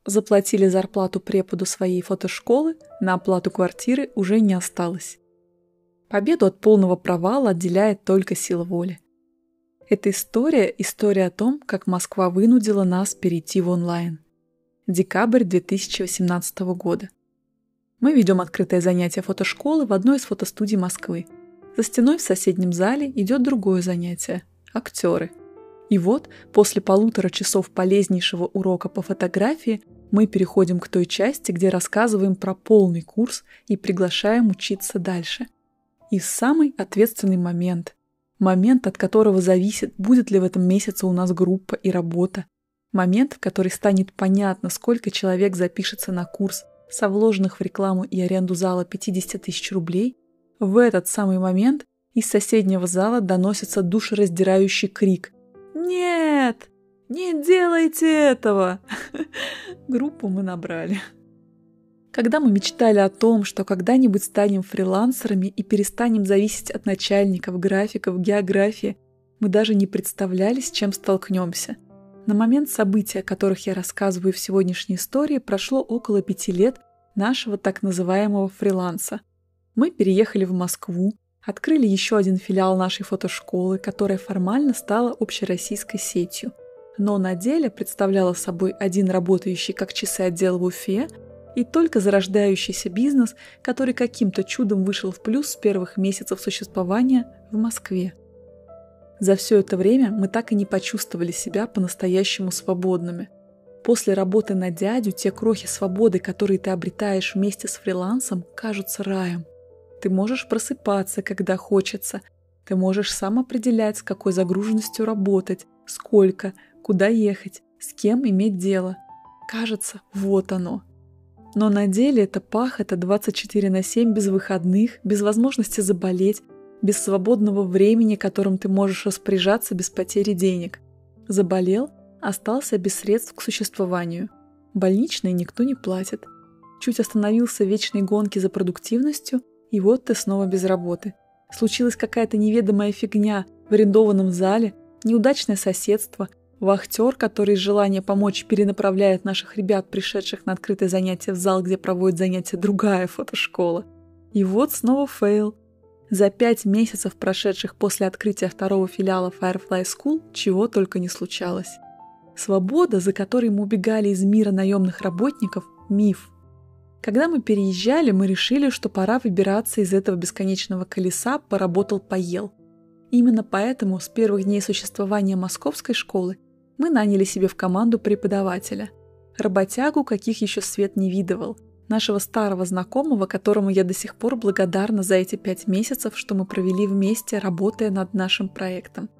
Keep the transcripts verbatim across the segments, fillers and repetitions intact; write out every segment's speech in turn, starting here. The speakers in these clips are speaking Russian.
Заплатили зарплату преподу своей фотошколы, на оплату квартиры уже не осталось. Победу от полного провала отделяет только сила воли. Эта история – история о том, как Москва вынудила нас перейти в онлайн. Декабрь две тысячи восемнадцатого года. Мы ведем открытое занятие фотошколы в одной из фотостудий Москвы. За стеной в соседнем зале идет другое занятие – актеры. И вот, после полутора часов полезнейшего урока по фотографии, мы переходим к той части, где рассказываем про полный курс и приглашаем учиться дальше. И в самый ответственный момент, момент, от которого зависит, будет ли в этом месяце у нас группа и работа, момент, в который станет понятно, сколько человек запишется на курс со вложенных в рекламу и аренду зала пятьдесят тысяч рублей, в этот самый момент из соседнего зала доносится душераздирающий крик: «Нет! Не делайте этого!» Группу мы набрали. Когда мы мечтали о том, что когда-нибудь станем фрилансерами и перестанем зависеть от начальников, графиков, географии, мы даже не представляли, с чем столкнемся. На момент событий, о которых я рассказываю в сегодняшней истории, прошло около пяти лет нашего так называемого фриланса. Мы переехали в Москву, открыли еще один филиал нашей фотошколы, которая формально стала общероссийской сетью, но на деле представляла собой один работающий как часы отдел в Уфе и только зарождающийся бизнес, который каким-то чудом вышел в плюс с первых месяцев существования в Москве. За все это время мы так и не почувствовали себя по-настоящему свободными. После работы на дядю те крохи свободы, которые ты обретаешь вместе с фрилансом, кажутся раем. Ты можешь просыпаться, когда хочется. Ты можешь сам определять, с какой загруженностью работать, сколько, куда ехать, с кем иметь дело. Кажется, вот оно. Но на деле это пахота двадцать четыре на семь без выходных, без возможности заболеть, без свободного времени, которым ты можешь распоряжаться без потери денег. Заболел, остался без средств к существованию. Больничные никто не платит. Чуть остановился в вечной гонке за продуктивностью, и вот ты снова без работы. Случилась какая-то неведомая фигня в арендованном зале, неудачное соседство, вахтер, который из желания помочь перенаправляет наших ребят, пришедших на открытое занятие, в зал, где проводит занятия другая фотошкола. И вот снова фейл. За пять месяцев, прошедших после открытия второго филиала Firefly School, чего только не случалось. Свобода, за которой мы убегали из мира наемных работников – миф. Когда мы переезжали, мы решили, что пора выбираться из этого бесконечного колеса «поработал-поел». Именно поэтому с первых дней существования московской школы мы наняли себе в команду преподавателя. Работягу, каких еще свет не видывал. Нашего старого знакомого, которому я до сих пор благодарна за эти пять месяцев, что мы провели вместе, работая над нашим проектом.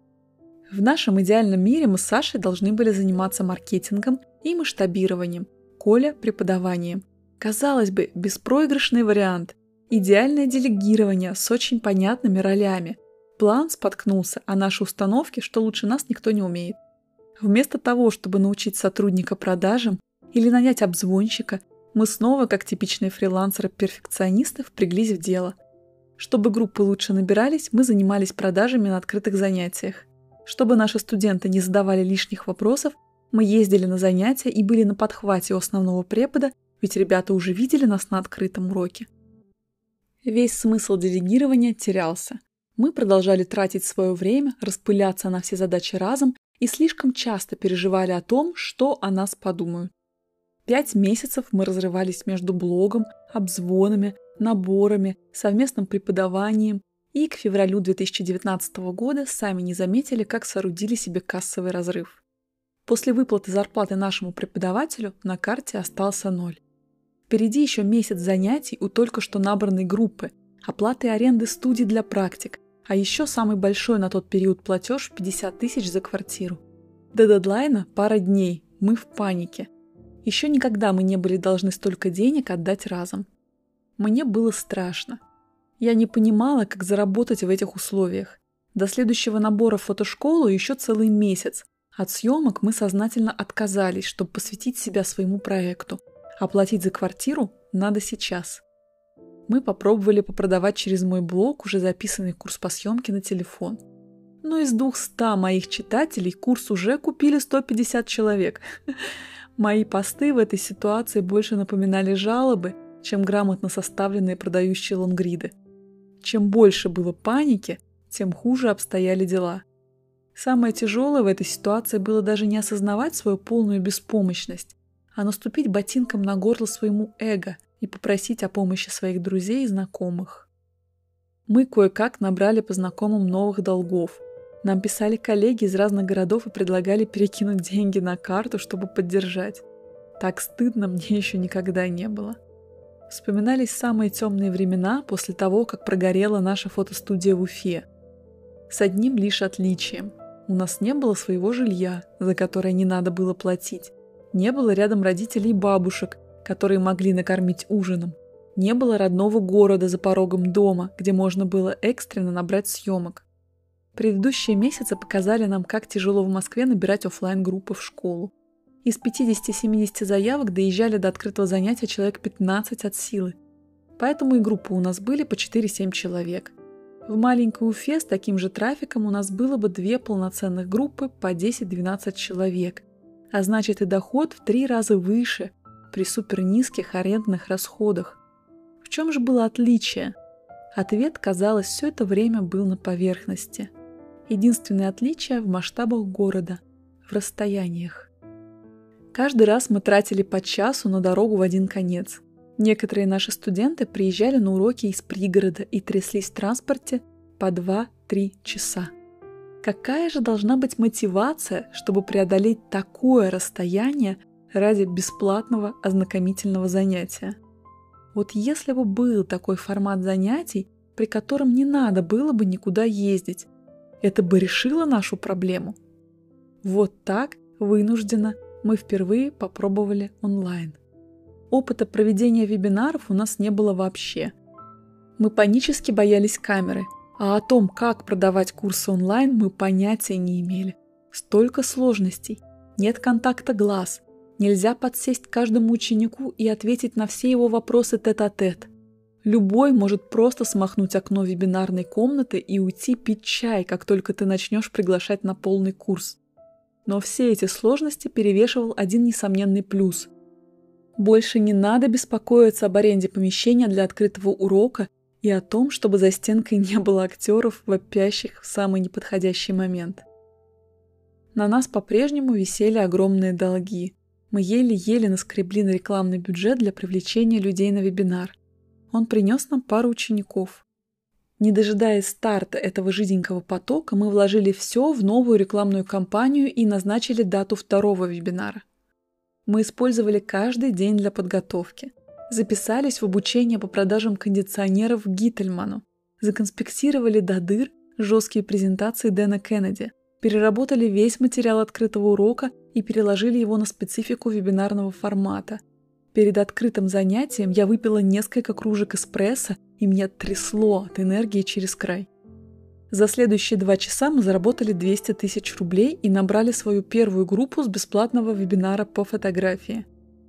В нашем идеальном мире мы с Сашей должны были заниматься маркетингом и масштабированием, Коля – преподаванием. Казалось бы, беспроигрышный вариант. Идеальное делегирование с очень понятными ролями. План споткнулся, а наши установки, что лучше нас никто не умеет. Вместо того, чтобы научить сотрудника продажам или нанять обзвонщика, мы снова, как типичные фрилансеры-перфекционисты, впряглись в дело. Чтобы группы лучше набирались, мы занимались продажами на открытых занятиях. Чтобы наши студенты не задавали лишних вопросов, мы ездили на занятия и были на подхвате у основного препода, ведь ребята уже видели нас на открытом уроке. Весь смысл делегирования терялся. Мы продолжали тратить свое время, распыляться на все задачи разом и слишком часто переживали о том, что о нас подумают. Пять месяцев мы разрывались между блогом, обзвонами, наборами, совместным преподаванием и к февралю две тысячи девятнадцатого года сами не заметили, как соорудили себе кассовый разрыв. После выплаты зарплаты нашему преподавателю на карте остался ноль. Впереди еще месяц занятий у только что набранной группы, оплаты аренды студий для практик, а еще самый большой на тот период платеж – пятьдесят тысяч за квартиру. До дедлайна пара дней, мы в панике. Еще никогда мы не были должны столько денег отдать разом. Мне было страшно. Я не понимала, как заработать в этих условиях. До следующего набора в фотошколу еще целый месяц. От съемок мы сознательно отказались, чтобы посвятить себя своему проекту. Оплатить за квартиру надо сейчас. Мы попробовали попродавать через мой блог уже записанный курс по съемке на телефон. Но из двухсот моих читателей курс уже купили сто пятьдесят человек. Мои посты в этой ситуации больше напоминали жалобы, чем грамотно составленные продающие лонгриды. Чем больше было паники, тем хуже обстояли дела. Самое тяжелое в этой ситуации было даже не осознавать свою полную беспомощность, а наступить ботинком на горло своему эго и попросить о помощи своих друзей и знакомых. Мы кое-как набрали по знакомым новых долгов. Нам писали коллеги из разных городов и предлагали перекинуть деньги на карту, чтобы поддержать. Так стыдно мне еще никогда не было. Вспоминались самые темные времена после того, как прогорела наша фотостудия в Уфе. С одним лишь отличием. У нас не было своего жилья, за которое не надо было платить. Не было рядом родителей и бабушек, которые могли накормить ужином. Не было родного города за порогом дома, где можно было экстренно набрать съемок. Предыдущие месяцы показали нам, как тяжело в Москве набирать офлайн-группы в школу. Из пятидесяти-семидесяти заявок доезжали до открытого занятия человек пятнадцать от силы. Поэтому и группы у нас были по четыре-семь человек. В маленькой Уфе с таким же трафиком у нас было бы две полноценных группы по десять-двенадцать человек. А значит и доход в три раза выше при супернизких арендных расходах. В чем же было отличие? Ответ, казалось, все это время был на поверхности. Единственное отличие в масштабах города, в расстояниях. Каждый раз мы тратили по часу на дорогу в один конец. Некоторые наши студенты приезжали на уроки из пригорода и тряслись в транспорте по два-три часа. Какая же должна быть мотивация, чтобы преодолеть такое расстояние ради бесплатного ознакомительного занятия? Вот если бы был такой формат занятий, при котором не надо было бы никуда ездить, это бы решило нашу проблему. Вот так, вынужденно, мы впервые попробовали онлайн. Опыта проведения вебинаров у нас не было вообще. Мы панически боялись камеры, а о том, как продавать курсы онлайн, мы понятия не имели. Столько сложностей, нет контакта глаз, нельзя подсесть к каждому ученику и ответить на все его вопросы тет-а-тет. Любой может просто смахнуть окно вебинарной комнаты и уйти пить чай, как только ты начнешь приглашать на полный курс. Но все эти сложности перевешивал один несомненный плюс. Больше не надо беспокоиться об аренде помещения для открытого урока и о том, чтобы за стенкой не было актеров, вопящих в самый неподходящий момент. На нас по-прежнему висели огромные долги. Мы еле-еле наскребли на рекламный бюджет для привлечения людей на вебинар. Он принес нам пару учеников. Не дожидаясь старта этого жиденького потока, мы вложили все в новую рекламную кампанию и назначили дату второго вебинара. Мы использовали каждый день для подготовки. Записались в обучение по продажам кондиционеров Гительману. Законспектировали до дыр жесткие презентации Дэна Кеннеди. Переработали весь материал открытого урока и переложили его на специфику вебинарного формата. Перед открытым занятием я выпила несколько кружек эспрессо, и меня трясло от энергии через край. За следующие два часа мы заработали двести тысяч рублей и набрали свою первую группу с бесплатного вебинара по фотографии.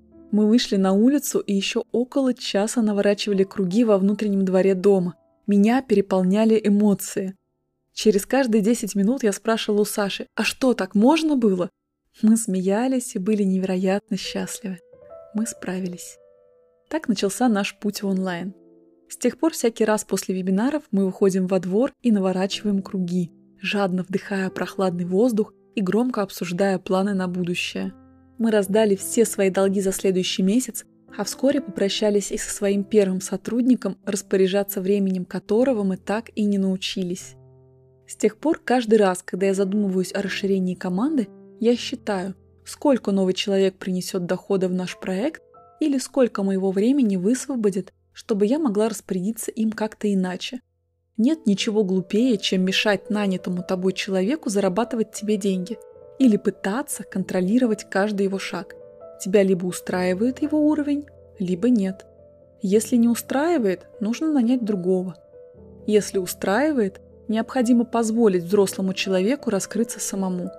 Мы вышли на улицу и еще около часа наворачивали круги во внутреннем дворе дома. Меня переполняли эмоции. Через каждые десять минут я спрашивала у Саши: «А что, так можно было?» Мы смеялись и были невероятно счастливы. Мы справились. Так начался наш путь в онлайн. С тех пор всякий раз после вебинаров мы выходим во двор и наворачиваем круги, жадно вдыхая прохладный воздух и громко обсуждая планы на будущее. Мы раздали все свои долги за следующий месяц, а вскоре попрощались и со своим первым сотрудником, распоряжаться временем которого мы так и не научились. С тех пор каждый раз, когда я задумываюсь о расширении команды, я считаю, сколько новый человек принесет дохода в наш проект или сколько моего времени высвободит, чтобы я могла распорядиться им как-то иначе. Нет ничего глупее, чем мешать нанятому тобой человеку зарабатывать тебе деньги или пытаться контролировать каждый его шаг. Тебя либо устраивает его уровень, либо нет. Если не устраивает, нужно нанять другого. Если устраивает, необходимо позволить взрослому человеку раскрыться самому.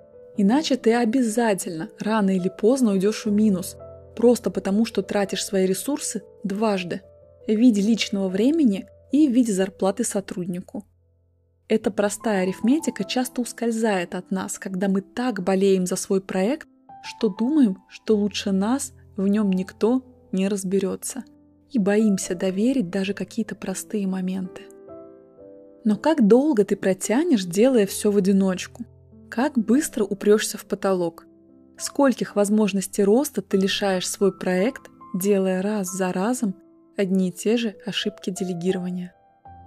Иначе ты обязательно рано или поздно уйдешь в минус, просто потому что тратишь свои ресурсы дважды – в виде личного времени и в виде зарплаты сотруднику. Эта простая арифметика часто ускользает от нас, когда мы так болеем за свой проект, что думаем, что лучше нас в нем никто не разберется, и боимся доверить даже какие-то простые моменты. Но как долго ты протянешь, делая все в одиночку? Как быстро упрешься в потолок? Скольких возможностей роста ты лишаешь свой проект, делая раз за разом одни и те же ошибки делегирования?